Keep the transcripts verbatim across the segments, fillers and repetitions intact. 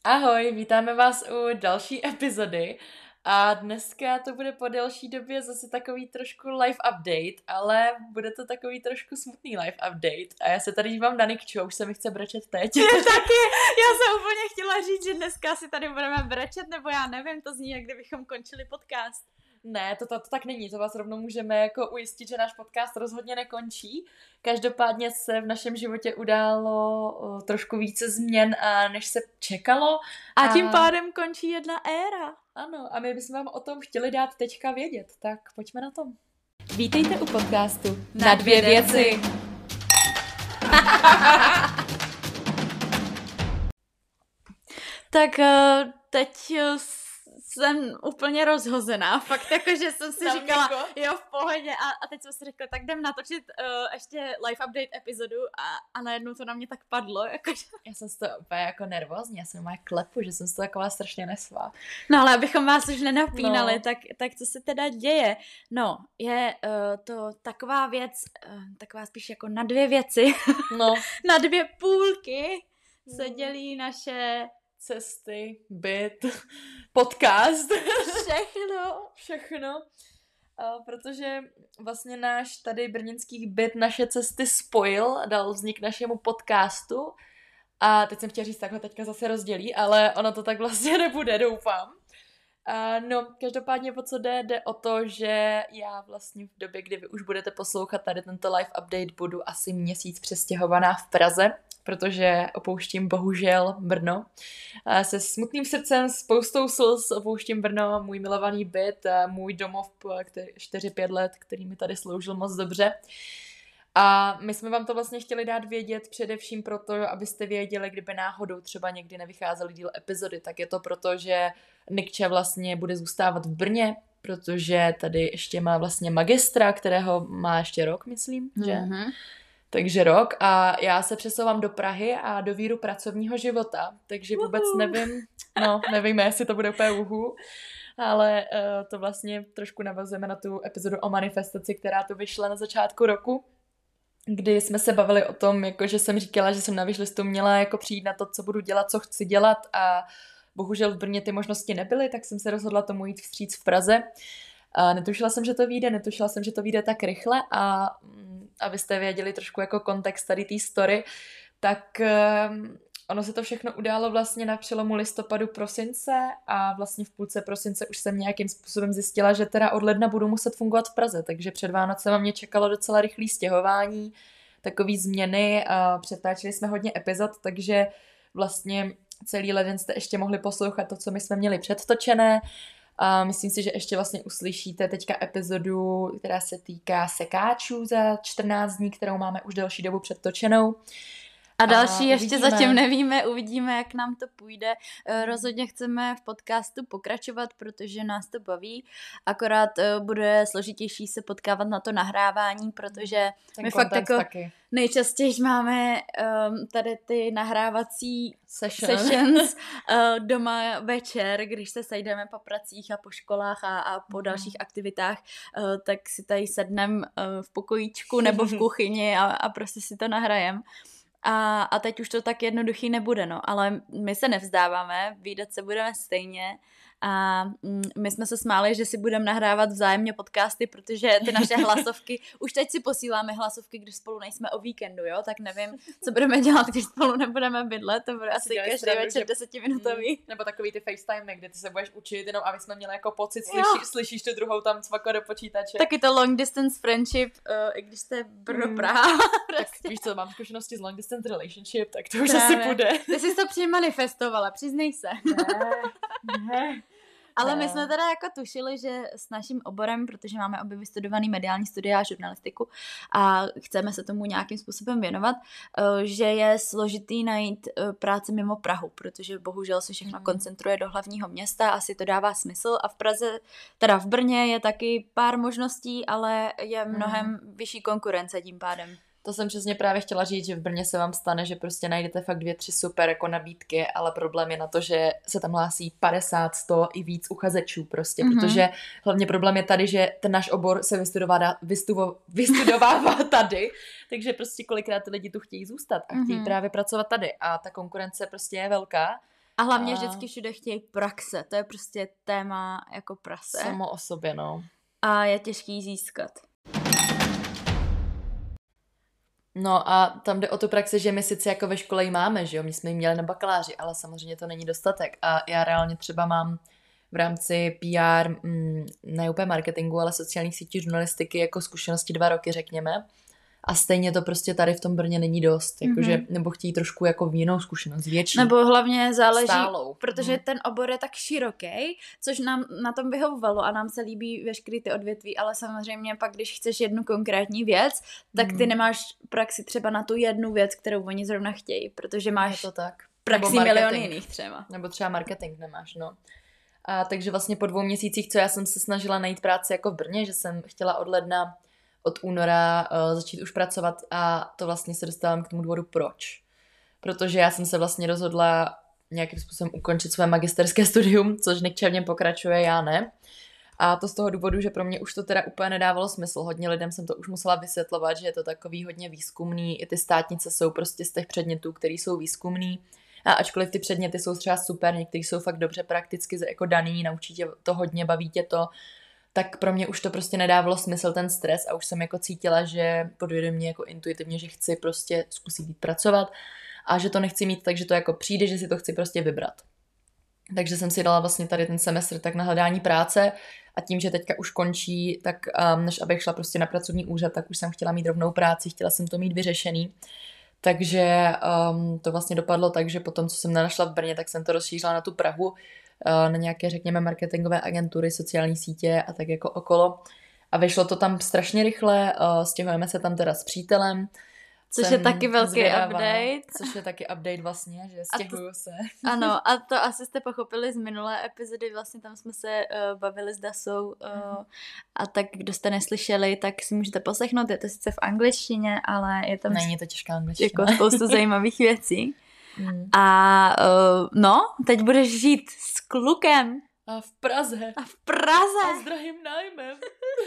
Ahoj, vítáme vás u další epizody a dneska to bude po delší době zase takový trošku live update, ale bude to takový trošku smutný live update a já se tady dívám na Nikču, už se mi chce brečet teď. Je taky, já jsem úplně chtěla říct, že dneska si tady budeme brečet, nebo já nevím, to zní, jak kdybychom končili podcast. Ne, to, to, to tak není, to vás rovnou můžeme jako ujistit, že náš podcast rozhodně nekončí. Každopádně se v našem životě událo o, trošku více změn, a než se čekalo. A, a tím pádem končí jedna éra. Ano, a my bychom vám o tom chtěli dát teďka vědět, tak pojďme na tom. Vítejte u podcastu Na dvě věci. Tak teď jsem úplně rozhozená, fakt jako, že jsem si Tam říkala, jako? jo, v pohodě a, a teď jsem si řekla, tak jdem natočit uh, ještě live update epizodu a, a najednou to na mě tak padlo, jakože. Já jsem z toho úplně jako nervózní, já jsem má klepu, že jsem z toho taková strašně nesvá. No ale abychom vás už nenapínali, no. tak, tak co se teda děje? No, je uh, to taková věc, uh, taková spíš jako na dvě věci, No. na dvě půlky se dělí naše cesty, byt, podcast. Všechno. Všechno. Uh, protože vlastně náš tady brněnský byt naše cesty spojil, dal vznik našemu podcastu a teď jsem chtěla říct, tak ho teďka zase rozdělí, ale ono to tak vlastně nebude, doufám. Uh, no, každopádně po co jde, jde o to, že já vlastně v době, kdy vy už budete poslouchat tady tento live update, budu asi měsíc přestěhovaná v Praze, protože opouštím bohužel Brno. Uh, se smutným srdcem, spoustou slz opouštím Brno, můj milovaný byt, uh, můj domov po čtyři pět let, který mi tady sloužil moc dobře. A my jsme vám to vlastně chtěli dát vědět především proto, abyste věděli, kdyby náhodou třeba někdy nevycházely díl epizody, tak je to proto, že Nikča vlastně bude zůstávat v Brně, protože tady ještě má vlastně magistra, kterého má ještě rok, myslím, že? Mm-hmm. Takže rok a já se přesouvám do Prahy a do víru pracovního života, takže vůbec uhu. nevím, no nevíme, jestli to bude úplně uhu, ale uh, to vlastně trošku navazujeme na tu epizodu o manifestaci, která tu vyšla na začátku roku, kdy jsme se bavili o tom, jako že jsem říkala, že jsem na wishlistu měla jako přijít na to, co budu dělat, co chci dělat a bohužel v Brně ty možnosti nebyly, tak jsem se rozhodla tomu jít vstříc v Praze. A netušila jsem, že to vyjde, netušila jsem, že to vyjde tak rychle a abyste věděli trošku jako kontext tady té story, tak um, ono se to všechno událo vlastně na přelomu listopadu prosince a vlastně v půlce prosince už jsem nějakým způsobem zjistila, že teda od ledna budu muset fungovat v Praze, takže před Vánocem mě čekalo docela rychlé stěhování, takový změny a přetáčeli jsme hodně epizod, takže vlastně celý leden jste ještě mohli poslouchat to, co my jsme měli předtočené. A myslím si, že ještě vlastně uslyšíte teďka epizodu, která se týká sekáčů za čtrnáct dní, kterou máme už delší dobu předtočenou. A další a ještě uvidíme. Zatím nevíme, uvidíme, jak nám to půjde. Rozhodně chceme v podcastu pokračovat, protože nás to baví, akorát bude složitější se potkávat na to nahrávání, protože ten my fakt jako taky. nejčastěji máme um, tady ty nahrávací Sessions, sessions uh, doma večer, když se sejdeme po pracích a po školách a, a po mm. dalších aktivitách, uh, tak si tady sedneme uh, v pokojíčku nebo v kuchyni a, a prostě si to nahrajeme. A, a teď už to tak jednoduchý nebude, no, ale my se nevzdáváme, vídat se budeme stejně a my jsme se smáli, že si budeme nahrávat vzájemně podcasty, protože ty naše hlasovky, už teď si posíláme hlasovky, když spolu nejsme o víkendu, jo, tak nevím, co budeme dělat, když spolu nebudeme bydlet, to bude asi každý večer desetiminutový. Nebo takový ty FaceTime, kde ty se budeš učit, jenom aby jsme měli jako pocit, slyší, slyšíš tu druhou tam cvaka do počítače. Taky to long distance friendship, uh, i když jste Brno Praha. Mm. Tak víš co, mám zkušenosti z long distance relationship, tak to už Právě. asi půjde. Ty jsi to přimanifestovala, přiznej se. Ne, ne. Ale ne. my jsme teda jako tušili, že s naším oborem, protože máme obě vystudovaný mediální studia a žurnalistiku a chceme se tomu nějakým způsobem věnovat, že je složitý najít práci mimo Prahu, protože bohužel se všechno mm. koncentruje do hlavního města, asi to dává smysl a v Praze, teda v Brně je taky pár možností, ale je mnohem mm. vyšší konkurence tím pádem. To jsem přesně právě chtěla říct, že v Brně se vám stane, že prostě najdete fakt dvě, tři super jako nabídky, ale problém je na to, že se tam hlásí padesát, sto i víc uchazečů prostě, mm-hmm. protože hlavně problém je tady, že ten náš obor se vystudovává, vystuvo, vystudovává tady, takže prostě kolikrát ty lidi tu chtějí zůstat a chtějí mm-hmm. právě pracovat tady a ta konkurence prostě je velká. A hlavně a... vždycky všude chtějí praxe, to je prostě téma jako prase. Samo o sobě, no. A je těžký získat. No a tam jde o tu praxi, že my sice jako ve škole ji máme, že jo, my jsme ji měli na bakaláři, ale samozřejmě to není dostatek a já reálně třeba mám v rámci P R, mm, ne úplně marketingu, ale sociálních sítí, žurnalistiky jako zkušenosti dva roky, řekněme. A stejně to prostě tady v tom Brně není dost, jakože, mm-hmm. nebo chtějí trošku jako jinou zkušenost, větší. Nebo hlavně záleží, stálou. Protože mm. ten obor je tak široký, což nám na tom vyhovovalo a nám se líbí veškerý ty odvětví, ale samozřejmě pak, když chceš jednu konkrétní věc, tak ty mm. nemáš praxi třeba na tu jednu věc, kterou oni zrovna chtějí, protože máš to tak. praxi milion jiných třeba. Nebo třeba marketing nemáš, no. A takže vlastně po dvou měsících, co já jsem se snažila najít práci jako v Brně, že jsem chtěla od ledna od února uh, začít už pracovat a to vlastně se dostávám k tomu důvodu proč. Protože já jsem se vlastně rozhodla nějakým způsobem ukončit své magisterské studium, což Nikča v něm pokračuje, já ne. A to z toho důvodu, že pro mě už to teda úplně nedávalo smysl. Hodně lidem jsem to už musela vysvětlovat, že je to takový hodně výzkumný. I ty státnice jsou prostě z těch předmětů, které jsou výzkumný. A ačkoliv ty předměty jsou třeba super, některý jsou fakt dobře prakticky jako daný, naučí tě to hodně, baví tě to, tak pro mě už to prostě nedávalo smysl ten stres a už jsem jako cítila, že podvědomě jako intuitivně, že chci prostě zkusit jít pracovat a že to nechci mít tak, že to jako přijde, že si to chci prostě vybrat. Takže jsem si dala vlastně tady ten semestr tak na hledání práce a tím, že teďka už končí, tak um, než abych šla prostě na pracovní úřad, tak už jsem chtěla mít rovnou práci, chtěla jsem to mít vyřešený. Takže um, to vlastně dopadlo tak, že potom, co jsem našla v Brně, tak jsem to rozšířila na tu Prahu, na nějaké, řekněme, marketingové agentury, sociální sítě a tak jako okolo. A vyšlo to tam strašně rychle, stěhujeme se tam teda s přítelem. Což Jsem je taky velký zvědavá, update. Což je taky update vlastně, že stěhuju to, se. Ano, a to asi jste pochopili z minulé epizody, vlastně tam jsme se uh, bavili s Dasou uh, mm. a tak, kdo jste neslyšeli, tak si můžete poslechnout, je to sice v angličtině, ale je tam Není to těžká angličtina. Jako spoustu zajímavých věcí. Mm. A uh, no, teď budeš žít s klukem. A v Praze. A v Praze. A s drahým nájmem.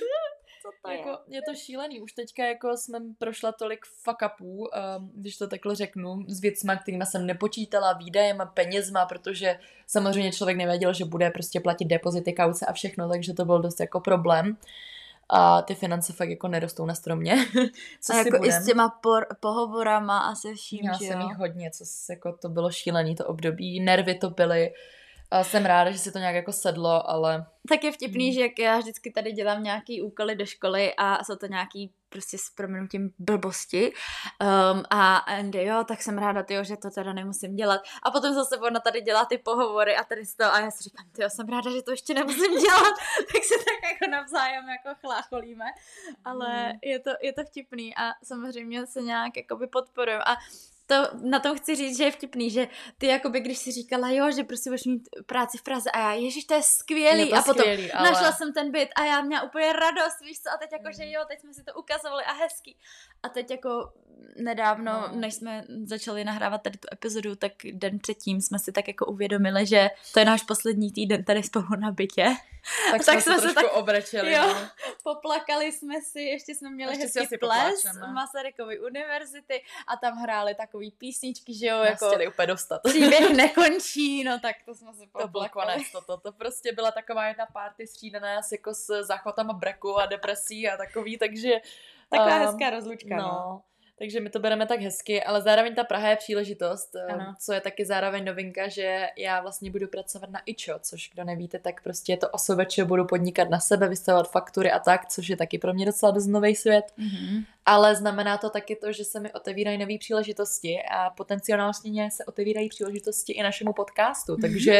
Co to jako, je? je to šílený. Už teďka jako jsme prošla tolik fuck upů, um, když to takhle řeknu, s věcma, kterýma jsem nepočítala, výdajema, penězma, protože samozřejmě člověk nevěděl, že bude prostě platit depozity, kauce a všechno, takže to byl dost jako problém. A ty finance fakt jako nerostou na stromě. Co a si jako budem? i s těma por- pohovorama a se vším, Já že jsem jo? jich hodně, co jako to bylo šílený to období, nervy to byly. A jsem ráda, že si to nějak jako sedlo, ale... Tak je vtipný, hmm. že jak já vždycky tady dělám nějaký úkoly do školy a jsou to nějaký prostě s prominutím blbosti um, a Andy, jo, tak jsem ráda, tyjo, že to teda nemusím dělat. A potom zase ona tady dělá ty pohovory a tady to a já si říkám, tyjo, jsem ráda, že to ještě nemusím dělat, tak se tak jako navzájem jako chlácholíme, ale hmm. je, to, je to vtipný a samozřejmě se nějak jakoby podporujeme a to, na tom chci říct, že je vtipný, že ty jakoby, když si říkala, jo, že prostě budeš mít práci v Praze a já, ježiš, to je skvělý. Je to a potom skvělý, ale... našla jsem ten byt a já měla úplně radost, víš co, a teď jako, mm. že jo, teď jsme si to ukazovali a hezký. A teď jako nedávno, no. než jsme začali nahrávat tady tu epizodu, tak den předtím jsme si tak jako uvědomili, že to je náš poslední týden tady spolu na bytě. Tak, tak jsme se trošku tak, obrečeli. Jo, no. Poplakali jsme si, ještě jsme měli ještě hezký ples z Masarykovy univerzity a tam hráli takový písničky, že jo, Nás jako chtěli úplně dostat. Příběh nekončí, no tak to jsme si poplakali. To byl konec, to, to, to prostě byla taková jedna party střídaná jako s záchvatama breku a depresí a takový, takže... Taková um, hezká rozlučka, no. no. Takže my to bereme tak hezky, ale zároveň ta Praha je příležitost, ano. co je taky zároveň novinka, že já vlastně budu pracovat na ičo, což kdo nevíte, tak prostě je to osobeče, budu podnikat na sebe, vystavovat faktury a tak, což je taky pro mě docela dost nový svět. Mm-hmm. Ale znamená to taky to, že se mi otevírají nové příležitosti a potenciálně se otevírají příležitosti i našemu podcastu, takže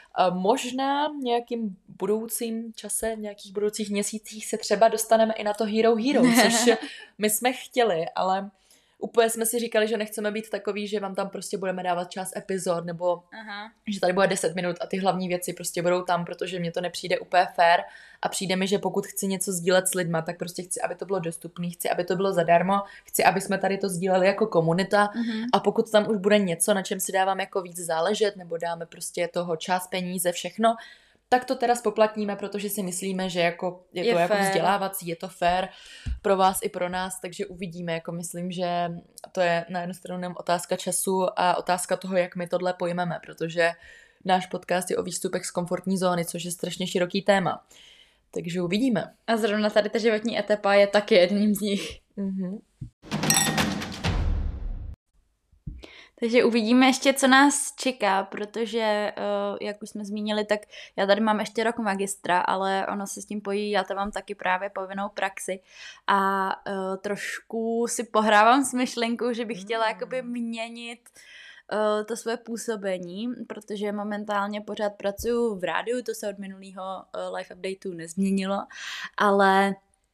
možná v nějakým budoucím čase, v nějakých budoucích měsících se třeba dostaneme i na to Hero Hero, což my jsme chtěli, ale úplně jsme si říkali, že nechceme být takový, že vám tam prostě budeme dávat čas epizod, nebo Aha. že tady bude deset minut a ty hlavní věci prostě budou tam, protože mně to nepřijde úplně fair a přijde mi, že pokud chci něco sdílet s lidma, tak prostě chci, aby to bylo dostupné, chci, aby to bylo zadarmo, chci, aby jsme tady to sdíleli jako komunita uh-huh. a pokud tam už bude něco, na čem si dávám jako víc záležet, nebo dáme prostě toho čas, peníze, všechno, tak to teda spoplatníme, protože si myslíme, že jako je to je jako fair. vzdělávací, je to fair pro vás i pro nás, takže uvidíme, jako myslím, že to je na jednu stranu jenom otázka času a otázka toho, jak my tohle pojmeme, protože náš podcast je o výstupech z komfortní zóny, což je strašně široký téma. Takže uvidíme. A zrovna tady ta životní etapa je taky jedním z nich. Mhm. Takže uvidíme ještě, co nás čeká, protože, jak už jsme zmínili, tak já tady mám ještě rok magistra, ale ono se s tím pojí, já tam mám taky právě povinnou praxi a trošku si pohrávám s myšlenkou, že bych chtěla jakoby měnit to svoje působení, protože momentálně pořád pracuji v rádiu, to se od minulého live updateu nezměnilo, ale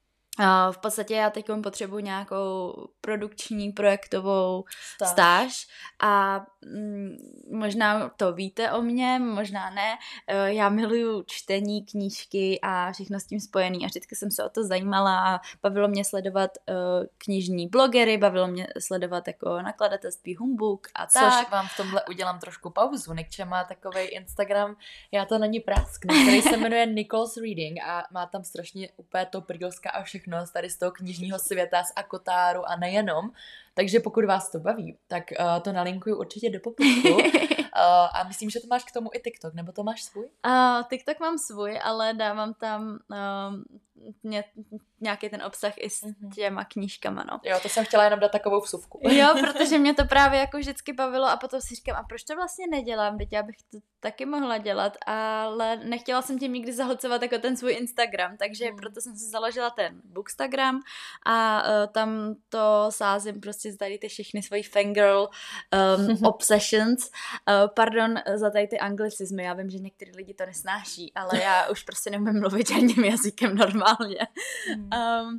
v podstatě já teď potřebuji nějakou produkční, projektovou stáž, stáž a mm, možná to víte o mně, možná ne. Já miluju čtení, knížky a všechno s tím spojený a vždycky jsem se o to zajímala a bavilo mě sledovat uh, knižní blogery, bavilo mě sledovat jako nakladatelství Humbug a tak. Což vám v tomhle udělám trošku pauzu. Nikča má takovej Instagram, já to na ní prásknu, který se jmenuje Nicole's Reading a má tam strašně úplně to prýlska a všechno z tady z toho knižního světa, z Akotáru a nejenom. Takže pokud vás to baví, tak uh, to nalinkuju určitě do popisku. uh, a myslím, že to máš k tomu i TikTok, nebo to máš svůj? Uh, TikTok mám svůj, ale dávám tam um, ně, nějaký ten obsah i s těma knížkama, no. Jo, to jsem chtěla jenom dát takovou vsuvku. Jo, protože mě to právě jako vždycky bavilo a potom si říkám, a proč to vlastně nedělám, teď já bych to taky mohla dělat, ale nechtěla jsem tím nikdy zahlcovat jako ten svůj Instagram, takže hmm. proto jsem si založila ten Bookstagram a uh, tam to sázím prostě tady ty všechny svoji fangirl um, obsessions. Uh, pardon za tady ty anglicizmy, já vím, že některý lidi to nesnáší, ale já už prostě nemůžu mluvit žádným jazykem normálně. Hmm. Um,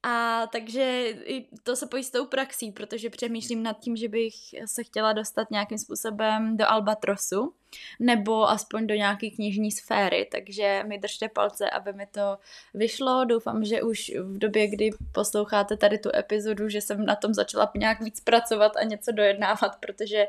a takže i to se pojí s tou praxí, protože přemýšlím nad tím, že bych se chtěla dostat nějakým způsobem do Albatrosu, nebo aspoň do nějaké knižní sféry, takže mi držte palce, aby mi to vyšlo. Doufám, že už v době, kdy posloucháte tady tu epizodu, že jsem na tom začala nějak víc pracovat a něco dojednávat, protože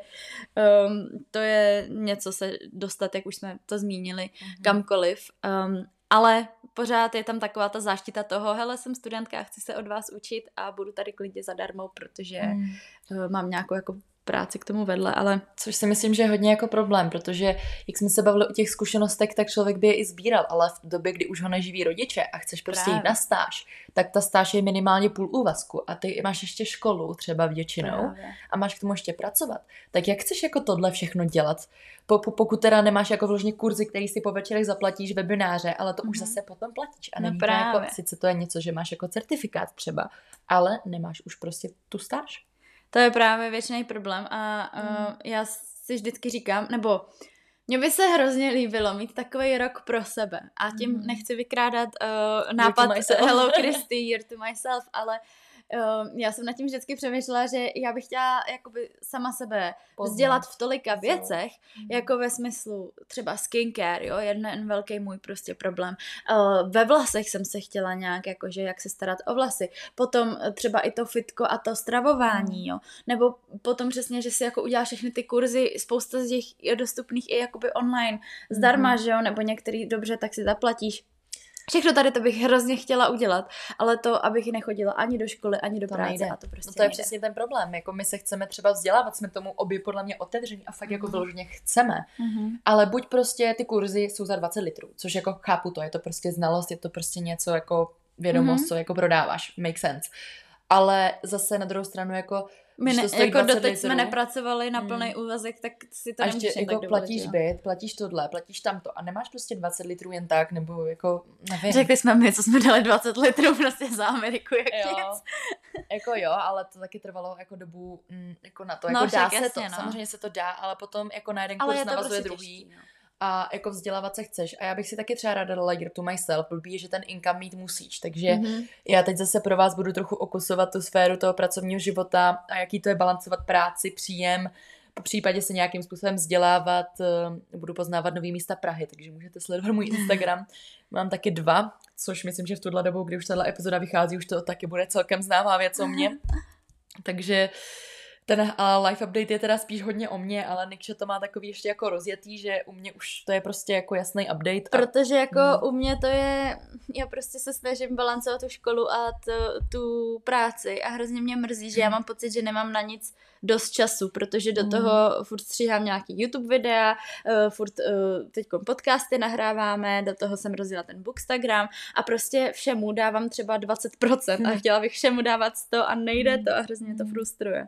um, to je něco se dostat, jak už jsme to zmínili, mm-hmm. kamkoliv. Um, ale pořád je tam taková ta záštita toho, hele, jsem studentka a chci se od vás učit a budu tady klidně zadarmo, protože mm. uh, mám nějakou jako práci k tomu vedle, ale... Což si myslím, že je hodně jako problém, protože jak jsme se bavili o těch zkušenostech, tak člověk by je i sbíral, ale v době, kdy už ho neživí rodiče a chceš prostě Právě. jít na stáž, tak ta stáž je minimálně půl úvazku a ty máš ještě školu třeba většinou Právě. a máš k tomu ještě pracovat. Tak jak chceš jako tohle všechno dělat? Po, po, pokud teda nemáš jako vložně kurzy, který si po večerech zaplatíš, webináře, ale to mm-hmm. už zase potom platíš. A no není to jako, sice to je něco, že máš jako certifikát třeba, ale nemáš už prostě tu stáž. To je právě věčný problém a uh, mm. já si vždycky říkám, nebo mně by se hrozně líbilo mít takový rok pro sebe a tím mm. nechci vykrádat uh, nápad Hello Christy, Year to Myself, ale uh, já jsem nad tím vždycky přemýšlela, že já bych chtěla jakoby sama sebe Poznat. vzdělat v tolika věcech, mm. jako ve smyslu třeba skincare, jo, jeden velký můj prostě problém. Uh, ve vlasech jsem se chtěla nějak, jakože jak se starat o vlasy. Potom třeba i to fitko a to stravování, jo. Nebo potom přesně, že si jako uděláš všechny ty kurzy, spousta z nich je dostupných i jakoby online zdarma, mm. že jo, nebo některý dobře, tak si zaplatíš. Všechno tady to bych hrozně chtěla udělat, ale to, abych nechodila ani do školy, ani do to práce nejde. a to prostě no to je nejde. přesně ten problém, jako my se chceme třeba vzdělávat, jsme tomu obě podle mě otevření a fakt mm. jako vyloženě chceme, mm-hmm. ale buď prostě ty kurzy jsou za dvacet litrů, což jako chápu to, je to prostě znalost, je to prostě něco jako vědomost, mm-hmm. co jako prodáváš, make sense, ale zase na druhou stranu jako My ne, jako doteď jsme nepracovali na plný hmm. úvazek, tak si to nemůžeme tak jako platíš byt, platíš tohle, platíš tamto a nemáš prostě dvacet litrů jen tak, nebo jako, nevím. Řekli jsme my, co jsme dali dvacet litrů prostě za Ameriku, jak jo. nic. Jako jo, ale to taky trvalo jako dobu mm, jako na to, jako no, dá se jasně, to, no. samozřejmě se to dá, ale potom jako na jeden kurz navazuje prostě druhý. Těžký, no. A jako vzdělávat se chceš. A já bych si taky třeba ráda dala Year to Myself, blbý je, že ten income mít musíš. Takže mm-hmm. já teď zase pro vás budu trochu okusovat tu sféru toho pracovního života a jaký to je balancovat práci, příjem, po případě se nějakým způsobem vzdělávat, budu poznávat nový místa Prahy, takže můžete sledovat můj Instagram. Mám taky dva, což myslím, že v tuhle dobu, kdy už tato epizoda vychází, už to taky bude celkem známá věc o mně. Takže ten uh, live update je teda spíš hodně o mně, ale Nikča to má takový ještě jako rozjetý, že u mě už to je prostě jako jasný update. A... Protože jako hmm. u mě to je, já prostě se snažím balancovat tu školu a t, tu práci a hrozně mě mrzí, že já mám pocit, že nemám na nic dost času, protože do toho furt stříhám nějaký YouTube videa, uh, furt uh, teď podcasty nahráváme, do toho jsem rozjela ten Bookstagram a prostě všemu dávám třeba dvacet procent a chtěla bych všemu dávat sto a nejde to a hrozně mě to frustruje.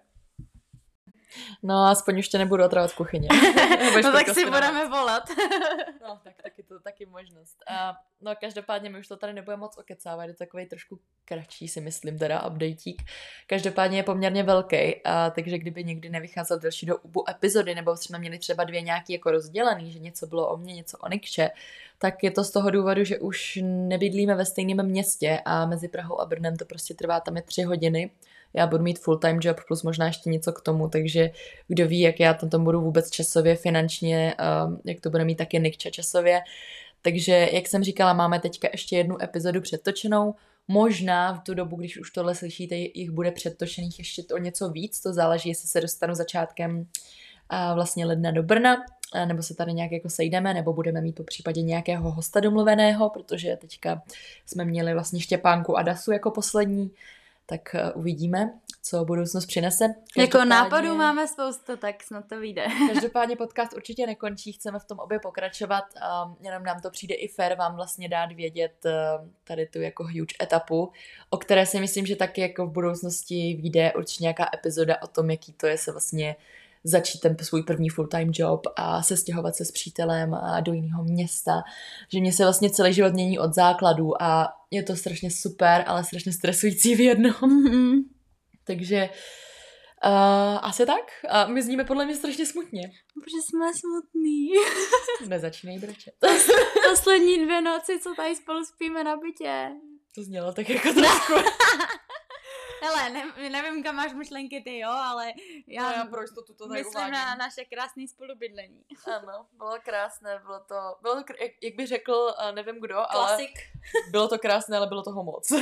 No, aspoň už tě nebudu otravovat v kuchyni. No tak si budeme volat. No, tak taky to taky možnost. A, no, každopádně my už to tady nebudeme moc okecávat, je to takový trošku kratší, si myslím, teda updateík. Každopádně je poměrně velký, a, takže kdyby někdy nevycházel delší dobu epizody, nebo jsme měli třeba dvě nějaký jako rozdělený, že něco bylo o mně, něco o Nikče, tak je to z toho důvodu, že už nebydlíme ve stejném městě a mezi Prahou a Brnem to prostě trvá tam je tři hodiny. Já budu mít full-time job plus možná ještě něco k tomu, takže kdo ví, jak já tam tam budu vůbec časově, finančně, uh, jak to bude mít taky Nikča časově. Takže, jak jsem říkala, máme teďka ještě jednu epizodu předtočenou. Možná v tu dobu, když už tohle slyšíte, jich bude předtočených ještě o něco víc. To záleží, jestli se dostanu začátkem uh, vlastně ledna do Brna, uh, nebo se tady nějak jako sejdeme, nebo budeme mít po případě nějakého hosta domluveného, protože teďka jsme měli vlastně Štěpánku a Dasu jako poslední. Tak uvidíme, co budoucnost přinese. Jako nápadů máme spoustu, tak snad to vyjde. Každopádně podcast určitě nekončí, chceme v tom obě pokračovat a jenom nám to přijde i fér vám vlastně dát vědět tady tu jako huge etapu, o které si myslím, že taky jako v budoucnosti vyjde určitě nějaká epizoda o tom, jaký to je se vlastně začít ten svůj první full-time job a sestěhovat se s přítelem a do jiného města, že mě se vlastně celý život mění od základů a je to strašně super, ale strašně stresující v jednom. Mm-hmm. Takže uh, asi tak. A my zníme podle mě strašně smutně. Protože jsme smutný. Nezačínej brečet. Poslední dvě noci, co tady spolu spíme na bytě. To znělo tak jako trošku. Hele, ne, nevím, kam máš myšlenky ty, jo, ale já, no já pro jistotu to tady myslím na naše krásné spolubydlení. Ano, bylo krásné, bylo to, bylo to jak, jak by řekl, nevím kdo, ale klasik. Bylo to krásné, ale bylo toho moc.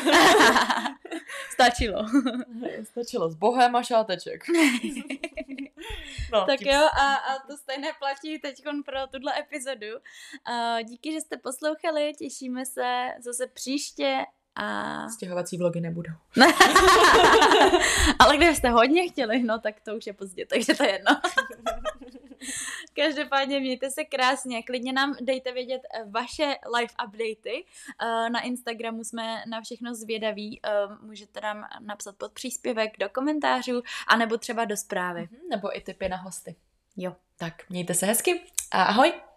Stačilo. Stačilo, s bohem a šáteček. No, tak jo, a, a to stejné platí teď pro tuhle epizodu. Uh, díky, že jste poslouchali, těšíme se zase příště. A... Stěhovací vlogy nebudou. Ale kdybyste hodně chtěli, no tak to už je pozdě, takže to je jedno. Každopádně mějte se krásně, klidně nám dejte vědět vaše live updaty. Na Instagramu jsme na všechno zvědaví, můžete nám napsat pod příspěvek do komentářů, anebo třeba do zprávy. Nebo i tipy na hosty. Jo. Tak, mějte se hezky a ahoj!